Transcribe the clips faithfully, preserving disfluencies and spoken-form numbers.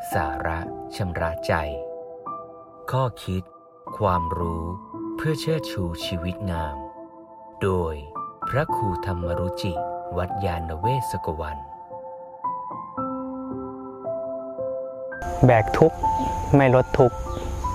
สาระชำระใจข้อคิดความรู้เพื่อเชิดชูชีวิตงามโดยพระครูธรรมรุจิวัดยานเวศกวันแบกทุกข์ไม่ลดทุกข์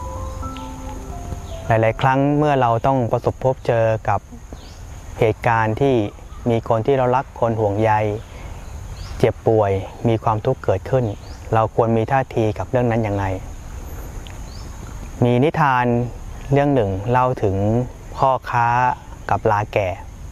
หลายๆครั้งเมื่อเราต้องประสบพบเจอกับเหตุการณ์ที่มีคนที่เรารักคนห่วงใยเจ็บป่วยมีความทุกข์เกิดขึ้นเราควรมีท่าทีกับเรื่องนั้นอย่างไรมีนิทานเรื่องหนึ่งเล่าถึงพ่อค้ากับลาแก่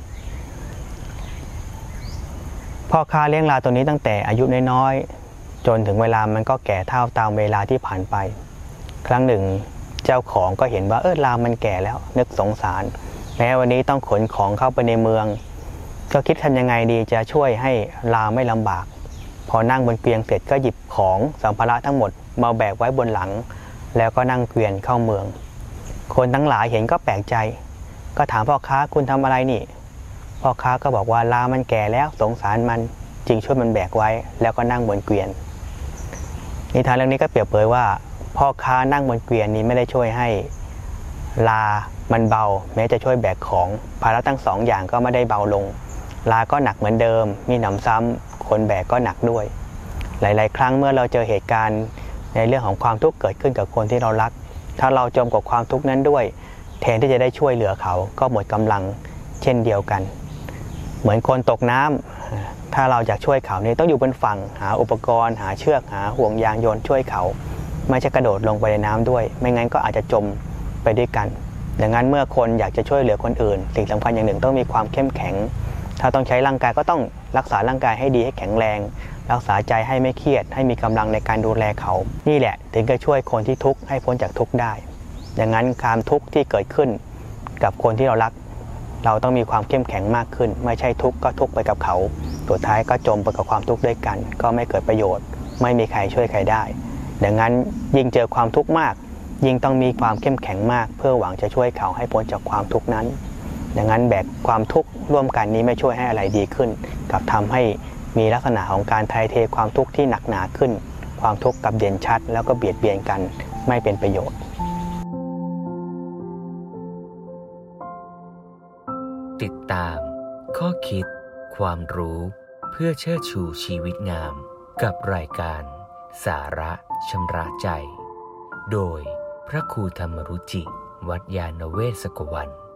พ่อค้าเลี้ยงลาตัวนี้ตั้งแต่อายุน้อยๆจนถึงเวลามันก็แก่เท่าตามเวลาที่ผ่านไปครั้งหนึ่งเจ้าของก็เห็นว่าเออลามันแก่แล้วนึกสงสารแม้วันนี้ต้องขนของเข้าไปในเมืองก็คิดทำยังไงดีจะช่วยให้ลาไม่ลำบากพอนั่งบนเกวียนเสร็จก็หยิบของสัมภาระทั้งหมดมาแบกไว้บนหลังแล้วก็นั่งเกวียนเข้าเมืองคนทั้งหลายเห็นก็แปลกใจก็ถามพ่อค้าคุณทำอะไรนี่พ่อค้าก็บอกว่าลามันแก่แล้วสงสารมันจึงช่วยมันแบกไว้แล้วก็นั่งบนเกวียนนิทานเรื่องนี้ก็เปรียบเผยว่าพ่อค้านั่งบนเกวียนนี้ไม่ได้ช่วยให้ลามันเบาแม้จะช่วยแบกของภาระทั้งสองอย่างก็ไม่ได้เบาลงลาก็หนักเหมือนเดิมมีหนำซ้ำคนแบกก็หนักด้วยหลายๆครั้งเมื่อเราเจอเหตุการณ์ในเรื่องของความทุกข์เกิดขึ้นกับคนที่เรารักถ้าเราจมกับความทุกข์นั้นด้วยแทนที่จะได้ช่วยเหลือเขาก็หมดกำลังเช่นเดียวกันเหมือนคนตกน้ำถ้าเราอยากช่วยเขาเนี่ยต้องอยู่บนฝั่งหาอุปกรณ์หาเชือกหาห่วงยางโยนช่วยเขาไม่ใช่กระโดดลงไปในน้ำด้วยไม่งั้นก็อาจจะจมไปด้วยกันดังนั้นเมื่อคนอยากจะช่วยเหลือคนอื่นสิ่งสำคัญอย่างหนึ่งต้องมีความเข้มแข็งถ้าต้องใช้ร่างกายก็ต้องรักษาร่างกายให้ดีให้แข็งแรงรักษาใจให้ไม่เครียดให้มีกำลังในการดูแลเขานี่แหละถึงจะช่วยคนที่ทุกข์ให้พ้นจากทุกข์ได้ดังนั้นความทุกข์ที่เกิดขึ้นกับคนที่เรารักเราต้องมีความเข้มแข็งมากขึ้นไม่ใช่ทุกข์ก็ทุกข์ไปกับเขาสุดท้ายก็จมไปกับความทุกข์ด้วยกันก็ไม่เกิดประโยชน์ไม่มีใครช่วยใครได้ดังนั้นยิ่งเจอความทุกข์มากยิ่งต้องมีความเข้มแข็งมากเพื่อหวังจะช่วยเขาให้พ้นจากความทุกข์นั้นดังนั้นแบกความทุกข์ร่วมกันนี้ไม่ช่วยให้อะไรดีขึ้นกับทำให้มีลักษณะของการไถ่เทความทุกข์ที่หนักหนาขึ้นความทุกข์กับเด่นชัดแล้วก็เบียดเบียนกันไม่เป็นประโยชน์ติดตามข้อคิดความรู้เพื่อเชิดชูชีวิตงามกับรายการสาระชำระใจโดยพระครูธรรมรุจิวัดยานเวศกวัน